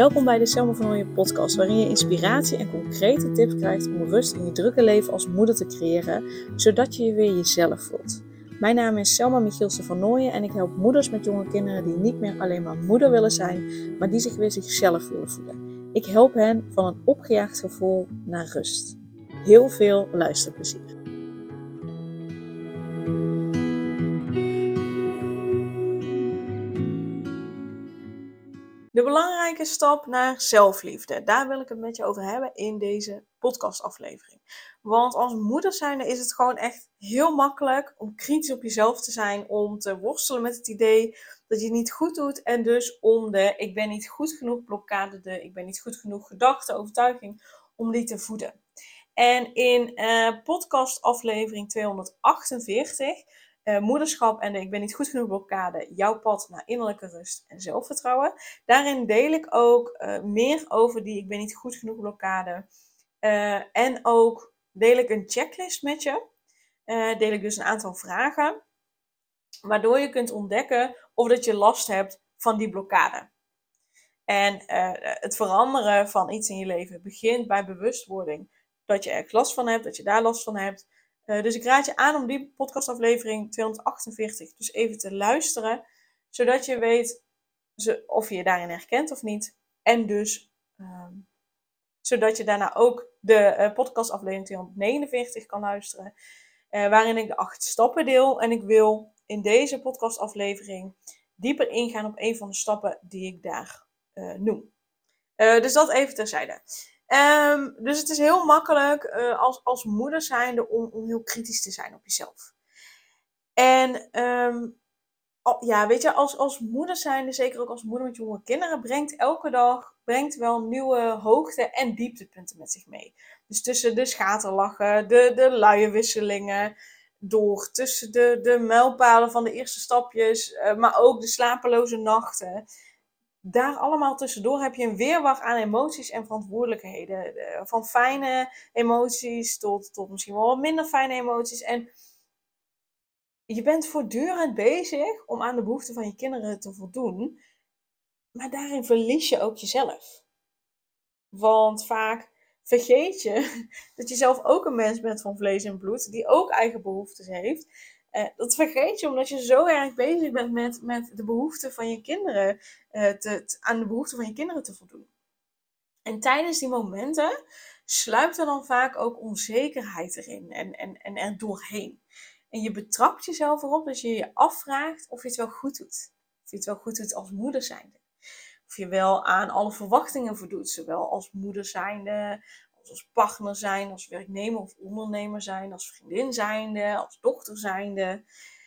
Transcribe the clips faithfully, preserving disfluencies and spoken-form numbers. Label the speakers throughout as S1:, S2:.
S1: Welkom bij de Selma van Nooijen podcast, waarin je inspiratie en concrete tips krijgt om rust in je drukke leven als moeder te creëren, zodat je je weer jezelf voelt. Mijn naam is Selma Michielse van Nooijen en ik help moeders met jonge kinderen die niet meer alleen maar moeder willen zijn, maar die zich weer zichzelf willen voelen. Ik help hen van een opgejaagd gevoel naar rust. Heel veel luisterplezier. De belangrijke stap naar zelfliefde. Daar wil ik het met je over hebben in deze podcastaflevering. Want als moeder zijnde is het gewoon echt heel makkelijk om kritisch op jezelf te zijn. Om te worstelen met het idee dat je het niet goed doet. En dus om de ik ben niet goed genoeg blokkade, de ik ben niet goed genoeg gedachte, overtuiging, om die te voeden. En in uh, podcastaflevering tweehonderdachtenveertig... Uh, moederschap en de ik ben niet goed genoeg blokkade, jouw pad naar innerlijke rust en zelfvertrouwen. Daarin deel ik ook uh, meer over die ik ben niet goed genoeg blokkade. Uh, en ook deel ik een checklist met je. Uh, deel ik dus een aantal vragen. Waardoor je kunt ontdekken of dat je last hebt van die blokkade. En uh, het veranderen van iets in je leven begint bij bewustwording. Dat je ergens last van hebt, dat je daar last van hebt. Uh, dus ik raad je aan om die podcastaflevering tweehonderdachtenveertig dus even te luisteren. Zodat je weet of je je daarin herkent of niet. En dus um, zodat je daarna ook de uh, podcastaflevering tweehonderdnegenenveertig kan luisteren. Uh, waarin ik de acht stappen deel. En ik wil in deze podcastaflevering dieper ingaan op een van de stappen die ik daar uh, noem. Uh, dus dat even terzijde. Um, dus het is heel makkelijk uh, als, als moeder zijnde om, om heel kritisch te zijn op jezelf. En um, oh, ja, weet je, als, als moeder zijnde, zeker ook als moeder met jonge kinderen, brengt elke dag brengt wel nieuwe hoogte- en dieptepunten met zich mee. Dus tussen de schaterlachen, de, de luienwisselingen, door tussen de, de mijlpalen van de eerste stapjes, uh, maar ook de slapeloze nachten. Daar allemaal tussendoor heb je een weerwar aan emoties en verantwoordelijkheden. Van fijne emoties tot, tot misschien wel wat minder fijne emoties. En je bent voortdurend bezig om aan de behoeften van je kinderen te voldoen. Maar daarin verlies je ook jezelf. Want vaak vergeet je dat je zelf ook een mens bent van vlees en bloed. Die ook eigen behoeftes heeft. Uh, dat vergeet je omdat je zo erg bezig bent met, met de behoeften van je kinderen, uh, te, te, aan de behoeften van je kinderen te voldoen. En tijdens die momenten sluipt er dan vaak ook onzekerheid erin en, en, en er doorheen. En je betrapt jezelf erop dat je je afvraagt of je het wel goed doet. Of je het wel goed doet als moeder zijnde. Of je wel aan alle verwachtingen voldoet, zowel als moeder zijnde, als partner zijn, als werknemer of ondernemer zijn, als vriendin zijnde, als dochter zijnde.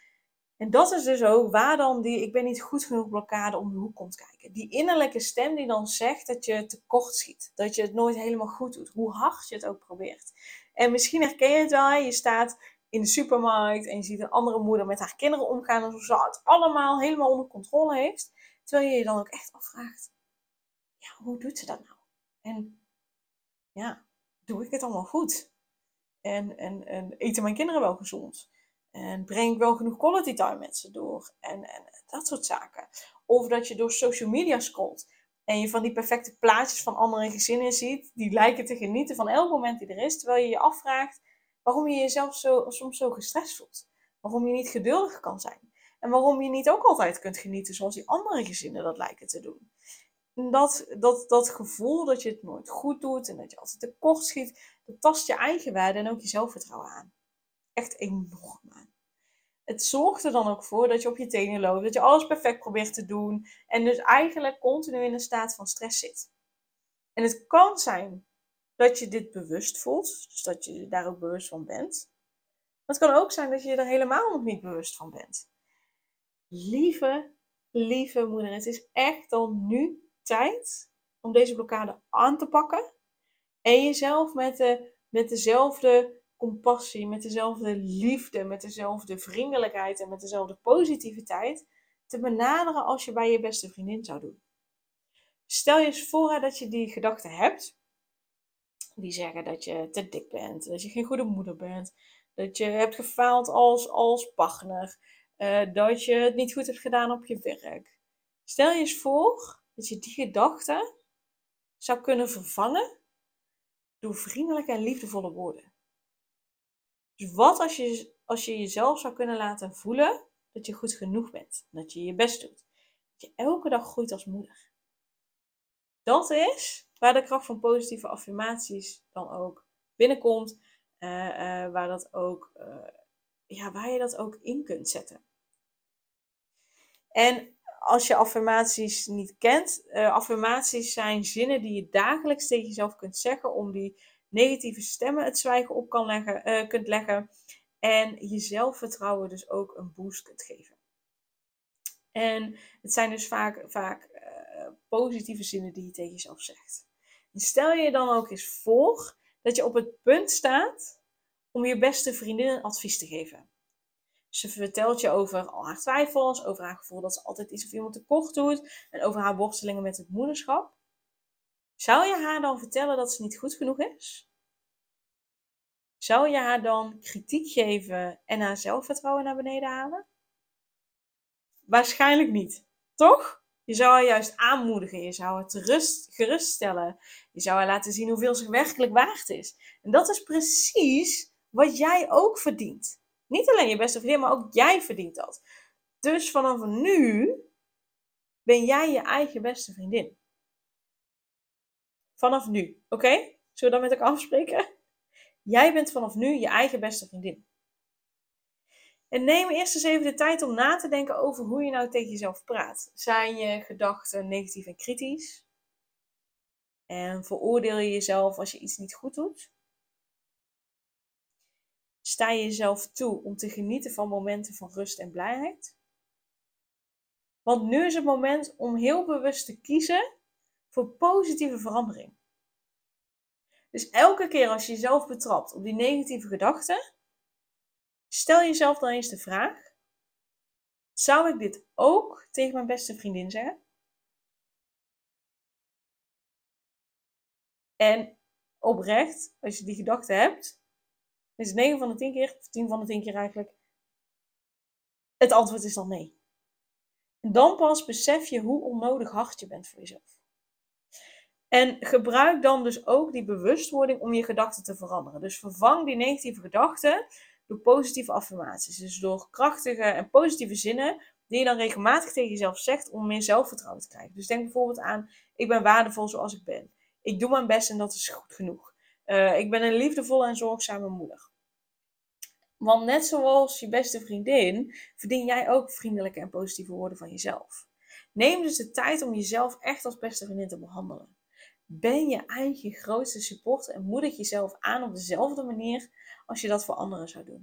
S1: En dat is dus ook waar dan die ik ben niet goed genoeg blokkade om de hoek komt kijken. Die innerlijke stem die dan zegt dat je tekort schiet. Dat je het nooit helemaal goed doet. Hoe hard je het ook probeert. En misschien herken je het wel. Je staat in de supermarkt en je ziet een andere moeder met haar kinderen omgaan. Alsof ze het allemaal helemaal onder controle heeft. Terwijl je je dan ook echt afvraagt. Ja, hoe doet ze dat nou? En ja, doe ik het allemaal goed? En, en, en eten mijn kinderen wel gezond? En breng ik wel genoeg quality time met ze door? En, en dat soort zaken. Of dat je door social media scrolt. En je van die perfecte plaatjes van andere gezinnen ziet. Die lijken te genieten van elk moment die er is. Terwijl je je afvraagt waarom je jezelf zo, soms zo gestrest voelt. Waarom je niet geduldig kan zijn. En waarom je niet ook altijd kunt genieten zoals die andere gezinnen dat lijken te doen. Dat, dat, dat gevoel dat je het nooit goed doet en dat je altijd tekort schiet, dat tast je eigenwaarde en ook je zelfvertrouwen aan. Echt enorm aan. Het zorgt er dan ook voor dat je op je tenen loopt, dat je alles perfect probeert te doen en dus eigenlijk continu in een staat van stress zit. En het kan zijn dat je dit bewust voelt, dus dat je daar ook bewust van bent. Maar het kan ook zijn dat je er helemaal nog niet bewust van bent. Lieve, lieve moeder, het is echt dan nu tijd om deze blokkade aan te pakken en jezelf met, de, met dezelfde compassie, met dezelfde liefde, met dezelfde vriendelijkheid en met dezelfde positiviteit te benaderen als je bij je beste vriendin zou doen. Stel je eens voor dat je die gedachten hebt, die zeggen dat je te dik bent, dat je geen goede moeder bent, dat je hebt gefaald als, als partner, uh, dat je het niet goed hebt gedaan op je werk. Stel je eens voor dat je die gedachten zou kunnen vervangen door vriendelijke en liefdevolle woorden. Dus wat als je, als je jezelf zou kunnen laten voelen dat je goed genoeg bent. Dat je je best doet. Dat je elke dag groeit als moeder. Dat is waar de kracht van positieve affirmaties dan ook binnenkomt. Uh, uh, waar, dat ook, uh, ja, waar je dat ook in kunt zetten. En als je affirmaties niet kent. Uh, affirmaties zijn zinnen die je dagelijks tegen jezelf kunt zeggen. Om die negatieve stemmen het zwijgen op kan leggen, uh, kunt leggen. En je zelfvertrouwen dus ook een boost kunt geven. En het zijn dus vaak, vaak uh, positieve zinnen die je tegen jezelf zegt. En stel je dan ook eens voor dat je op het punt staat om je beste vriendin een advies te geven. Ze vertelt je over al haar twijfels, over haar gevoel dat ze altijd iets of iemand tekort doet en over haar worstelingen met het moederschap. Zou je haar dan vertellen dat ze niet goed genoeg is? Zou je haar dan kritiek geven en haar zelfvertrouwen naar beneden halen? Waarschijnlijk niet, toch? Je zou haar juist aanmoedigen, je zou haar gerust, geruststellen. Je zou haar laten zien hoeveel ze werkelijk waard is. En dat is precies wat jij ook verdient. Niet alleen je beste vriendin, maar ook jij verdient dat. Dus vanaf nu ben jij je eigen beste vriendin. Vanaf nu, oké? Okay? Zullen we dat met elkaar afspreken? Jij bent vanaf nu je eigen beste vriendin. En neem eerst eens even de tijd om na te denken over hoe je nou tegen jezelf praat. Zijn je gedachten negatief en kritisch? En veroordeel je jezelf als je iets niet goed doet? Sta je jezelf toe om te genieten van momenten van rust en blijheid? Want nu is het moment om heel bewust te kiezen voor positieve verandering. Dus elke keer als je jezelf betrapt op die negatieve gedachten, stel jezelf dan eens de vraag: zou ik dit ook tegen mijn beste vriendin zeggen? En oprecht, als je die gedachte hebt, is het negen van de tien keer, of tien van de tien keer eigenlijk, het antwoord is dan nee. En dan pas besef je hoe onnodig hard je bent voor jezelf. En gebruik dan dus ook die bewustwording om je gedachten te veranderen. Dus vervang die negatieve gedachten door positieve affirmaties. Dus door krachtige en positieve zinnen die je dan regelmatig tegen jezelf zegt om meer zelfvertrouwen te krijgen. Dus denk bijvoorbeeld aan: ik ben waardevol zoals ik ben. Ik doe mijn best en dat is goed genoeg. Uh, ik ben een liefdevolle en zorgzame moeder. Want net zoals je beste vriendin verdien jij ook vriendelijke en positieve woorden van jezelf. Neem dus de tijd om jezelf echt als beste vriendin te behandelen. Ben je eigen grootste supporter en moedig jezelf aan op dezelfde manier als je dat voor anderen zou doen.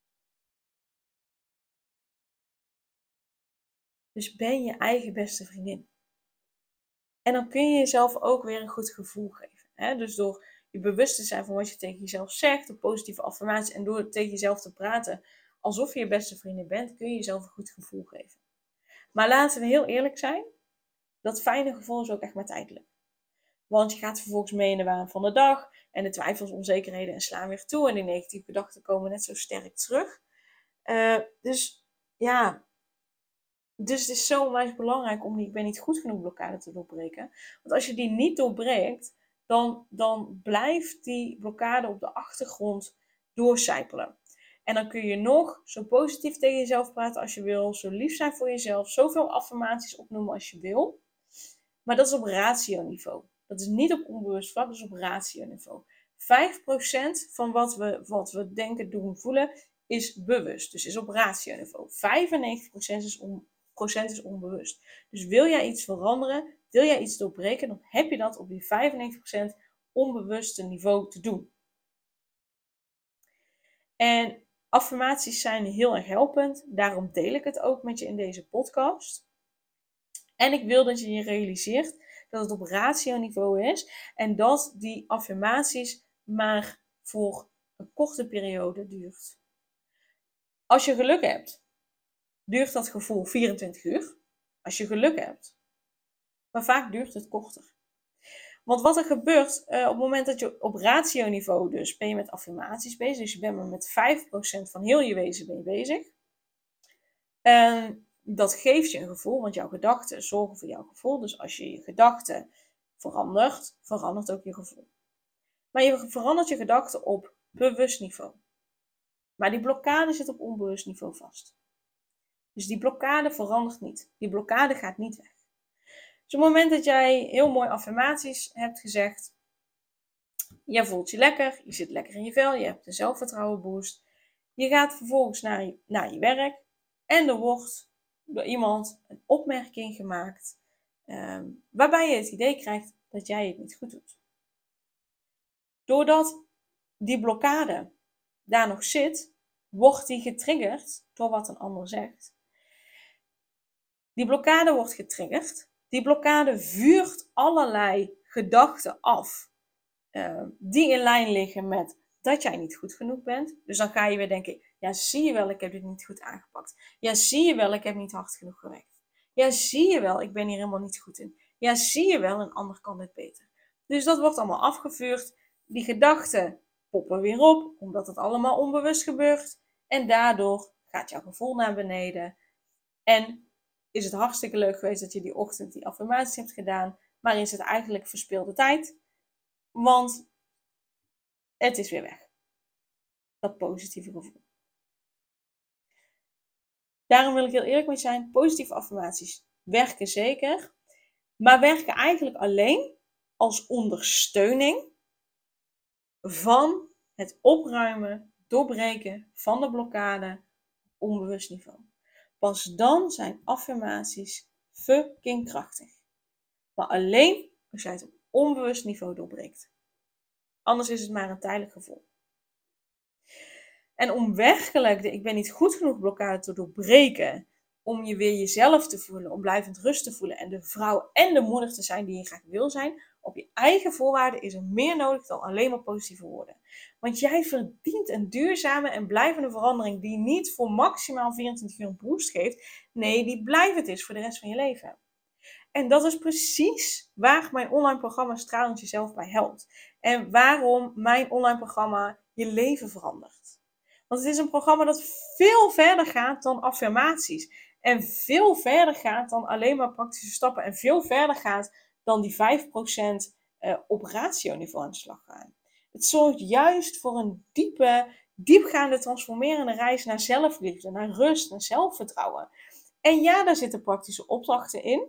S1: Dus ben je eigen beste vriendin. En dan kun je jezelf ook weer een goed gevoel geven. Hè? Dus door je bewust te zijn van wat je tegen jezelf zegt, de positieve affirmaties, en door tegen jezelf te praten alsof je je beste vriendin bent, kun je jezelf een goed gevoel geven. Maar laten we heel eerlijk zijn, dat fijne gevoel is ook echt maar tijdelijk. Want je gaat vervolgens mee in de waan van de dag en de twijfels, onzekerheden en slaan weer toe en die negatieve gedachten komen net zo sterk terug. Uh, dus ja, dus het is zo onwijs belangrijk om die ik ben niet goed genoeg blokkade te doorbreken. Want als je die niet doorbreekt, dan, dan blijft die blokkade op de achtergrond doorcijpelen. En dan kun je nog zo positief tegen jezelf praten als je wil, zo lief zijn voor jezelf, zoveel affirmaties opnoemen als je wil. Maar dat is op ratio-niveau. Dat is niet op onbewust vlak, dat is op ratio-niveau. vijf procent van wat we, wat we denken, doen, voelen is bewust. Dus is op ratio-niveau. vijfennegentig procent is, on, procent is onbewust. Dus wil jij iets veranderen, wil jij iets doorbreken, dan heb je dat op die vijfennegentig procent onbewuste niveau te doen. En affirmaties zijn heel erg helpend. Daarom deel ik het ook met je in deze podcast. En ik wil dat je je realiseert dat het op ratio-niveau is. En dat die affirmaties maar voor een korte periode duurt. Als je geluk hebt, duurt dat gevoel vierentwintig uur. Als je geluk hebt. Maar vaak duurt het korter. Want wat er gebeurt uh, op het moment dat je op ratio-niveau dus ben je met affirmaties bezig. Dus je bent maar met vijf procent van heel je wezen ben je bezig. En dat geeft je een gevoel, want jouw gedachten zorgen voor jouw gevoel. Dus als je je gedachten verandert, verandert ook je gevoel. Maar je verandert je gedachten op bewust niveau. Maar die blokkade zit op onbewust niveau vast. Dus die blokkade verandert niet. Die blokkade gaat niet weg. Dus op het moment dat jij heel mooi affirmaties hebt gezegd, jij voelt je lekker, je zit lekker in je vel, je hebt een zelfvertrouwen boost. Je gaat vervolgens naar je, naar je werk en er wordt door iemand een opmerking gemaakt um, waarbij je het idee krijgt dat jij het niet goed doet. Doordat die blokkade daar nog zit, wordt die getriggerd door wat een ander zegt. Die blokkade wordt getriggerd. Die blokkade vuurt allerlei gedachten af uh, die in lijn liggen met dat jij niet goed genoeg bent. Dus dan ga je weer denken, ja zie je wel, ik heb dit niet goed aangepakt. Ja zie je wel, ik heb niet hard genoeg gewerkt. Ja zie je wel, ik ben hier helemaal niet goed in. Ja zie je wel, een ander kan dit beter. Dus dat wordt allemaal afgevuurd. Die gedachten poppen weer op, omdat het allemaal onbewust gebeurt. En daardoor gaat jouw gevoel naar beneden. En is het hartstikke leuk geweest dat je die ochtend die affirmaties hebt gedaan. Maar is het eigenlijk verspilde tijd. Want het is weer weg. Dat positieve gevoel. Daarom wil ik heel eerlijk met je zijn. Positieve affirmaties werken zeker. Maar werken eigenlijk alleen als ondersteuning van het opruimen, doorbreken van de blokkade op onbewust niveau. Pas dan zijn affirmaties fucking krachtig. Maar alleen als jij het op onbewust niveau doorbreekt. Anders is het maar een tijdelijk gevoel. En om werkelijk de ik ben niet goed genoeg blokkade te doorbreken, om je weer jezelf te voelen, om blijvend rust te voelen en de vrouw en de moeder te zijn die je graag wil zijn, op je eigen voorwaarden is er meer nodig dan alleen maar positieve woorden. Want jij verdient een duurzame en blijvende verandering die niet voor maximaal vierentwintig uur een boost geeft. Nee, die blijvend is voor de rest van je leven. En dat is precies waar mijn online programma Stralend Jezelf bij helpt. En waarom mijn online programma je leven verandert. Want het is een programma dat veel verder gaat dan affirmaties. En veel verder gaat dan alleen maar praktische stappen. En veel verder gaat dan die vijf procent uh, op rationiveau aan de slag gaan. Het zorgt juist voor een diepe, diepgaande transformerende reis naar zelfliefde, naar rust, naar zelfvertrouwen. En ja, daar zitten praktische opdrachten in.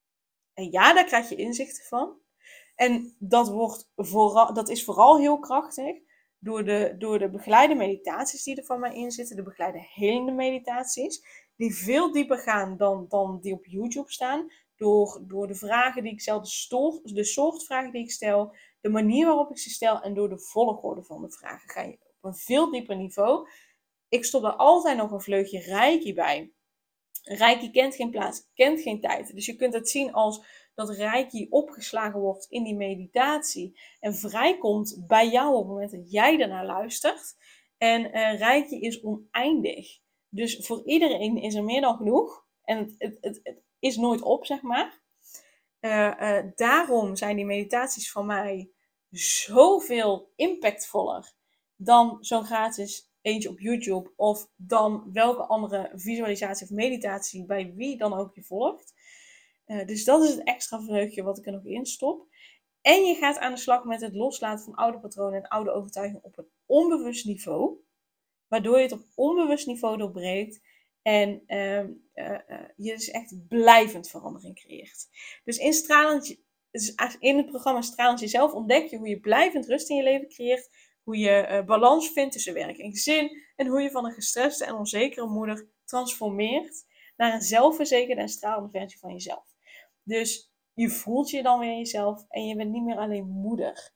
S1: En ja, daar krijg je inzichten van. En dat, wordt vooral, dat is vooral heel krachtig door de, door de begeleide meditaties die er van mij in zitten. De begeleide helende meditaties. Die veel dieper gaan dan, dan die op YouTube staan. Door, door de vragen die ik stel, de, stoor, de soort vragen die ik stel. De manier waarop ik ze stel. En door de volgorde van de vragen ga je op een veel dieper niveau. Ik stop er altijd nog een vleugje Reiki bij. Reiki kent geen plaats, kent geen tijd. Dus je kunt het zien als dat Reiki opgeslagen wordt in die meditatie en vrijkomt bij jou op het moment dat jij ernaar luistert. En uh, Reiki is oneindig. Dus voor iedereen is er meer dan genoeg. En het, het, het, het is nooit op, zeg maar. Uh, uh, daarom zijn die meditaties van mij zoveel impactvoller dan zo'n gratis eentje op YouTube of dan welke andere visualisatie of meditatie bij wie dan ook je volgt. Uh, dus dat is het extra vreugdje wat ik er nog in stop. En je gaat aan de slag met het loslaten van oude patronen en oude overtuigingen op een onbewust niveau. Waardoor je het op onbewust niveau doorbreekt en uh, uh, uh, je dus echt blijvend verandering creëert. Dus in, stralend, dus in het programma Stralend Jezelf ontdek je hoe je blijvend rust in je leven creëert. Hoe je uh, balans vindt tussen werk en gezin. En hoe je van een gestreste en onzekere moeder transformeert naar een zelfverzekerde en stralende versie van jezelf. Dus je voelt je dan weer jezelf en je bent niet meer alleen moeder.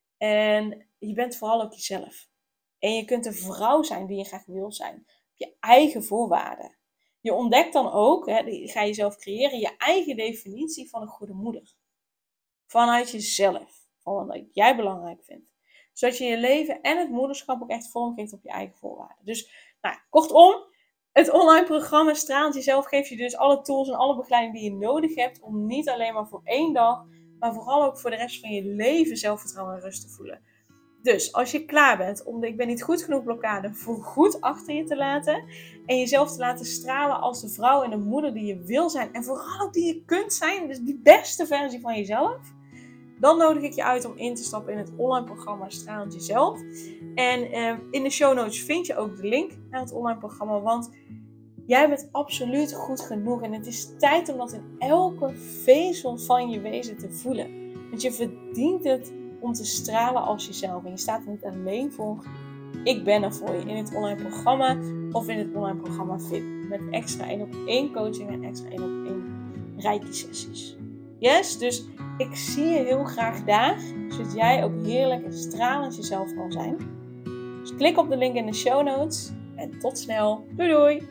S1: En je bent vooral ook jezelf. En je kunt de vrouw zijn die je graag wil zijn. Op je eigen voorwaarden. Je ontdekt dan ook, hè, ga je zelf creëren, je eigen definitie van een goede moeder. Vanuit jezelf. Van wat jij belangrijk vindt. Zodat je je leven en het moederschap ook echt vormgeeft op je eigen voorwaarden. Dus, nou, kortom, het online programma Stralend Jezelf geeft je dus alle tools en alle begeleiding die je nodig hebt om niet alleen maar voor één dag, maar vooral ook voor de rest van je leven zelfvertrouwen en rust te voelen. Dus als je klaar bent om de ik ben niet goed genoeg blokkade voorgoed achter je te laten en jezelf te laten stralen als de vrouw en de moeder die je wil zijn en vooral ook die je kunt zijn, dus die beste versie van jezelf, dan nodig ik je uit om in te stappen in het online programma Stralend Jezelf. En uh, in de show notes vind je ook de link naar het online programma, want jij bent absoluut goed genoeg. En het is tijd om dat in elke vezel van je wezen te voelen. Want je verdient het om te stralen als jezelf. En je staat er niet alleen voor. Ik ben er voor je in het online programma of in het online programma F I P. Met extra één op één coaching en extra één op één reiki sessies. Yes, dus ik zie je heel graag daar. Zodat jij ook heerlijk en stralend jezelf kan zijn. Dus klik op de link in de show notes. En tot snel. Doei doei!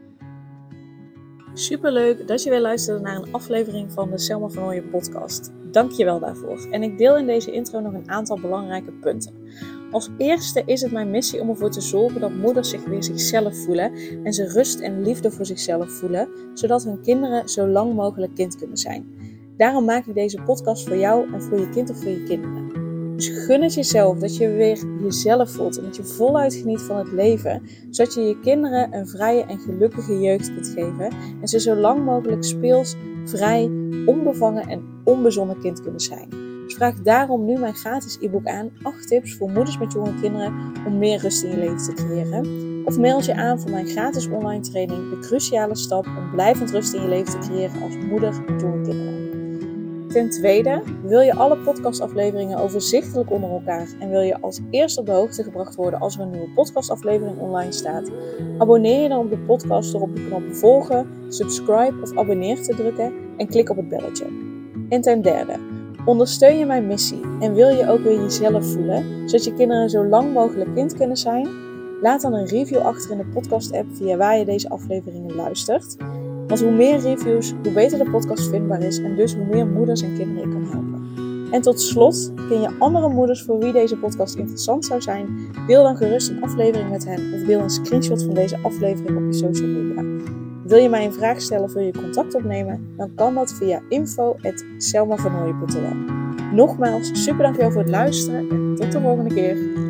S1: Superleuk dat je weer luisterde naar een aflevering van de Selma van Ooyen podcast. Dank je wel daarvoor. En ik deel in deze intro nog een aantal belangrijke punten. Als eerste is het mijn missie om ervoor te zorgen dat moeders zich weer zichzelf voelen en ze rust en liefde voor zichzelf voelen, zodat hun kinderen zo lang mogelijk kind kunnen zijn. Daarom maak ik deze podcast voor jou en voor je kind of voor je kinderen. Dus gun het jezelf dat je weer jezelf voelt en dat je voluit geniet van het leven, zodat je je kinderen een vrije en gelukkige jeugd kunt geven en ze zo lang mogelijk speels, vrij, onbevangen en onbezonnen kind kunnen zijn. Dus vraag daarom nu mijn gratis e-book aan, acht tips voor moeders met jonge kinderen om meer rust in je leven te creëren. Of meld je aan voor mijn gratis online training, de cruciale stap om blijvend rust in je leven te creëren als moeder met jonge kinderen. Ten tweede, wil je alle podcastafleveringen overzichtelijk onder elkaar en wil je als eerste op de hoogte gebracht worden als er een nieuwe podcastaflevering online staat? Abonneer je dan op de podcast door op de knop volgen, subscribe of abonneer te drukken en klik op het belletje. En ten derde, ondersteun je mijn missie en wil je ook weer jezelf voelen, zodat je kinderen zo lang mogelijk kind kunnen zijn? Laat dan een review achter in de podcast app via waar je deze afleveringen luistert. Want hoe meer reviews, hoe beter de podcast vindbaar is en dus hoe meer moeders en kinderen ik kan helpen. En tot slot, ken je andere moeders voor wie deze podcast interessant zou zijn? Deel dan gerust een aflevering met hen of deel een screenshot van deze aflevering op je social media. Wil je mij een vraag stellen of wil je contact opnemen? Dan kan dat via info at selma van ooyen punt n l. Nogmaals, super dankjewel voor het luisteren en tot de volgende keer.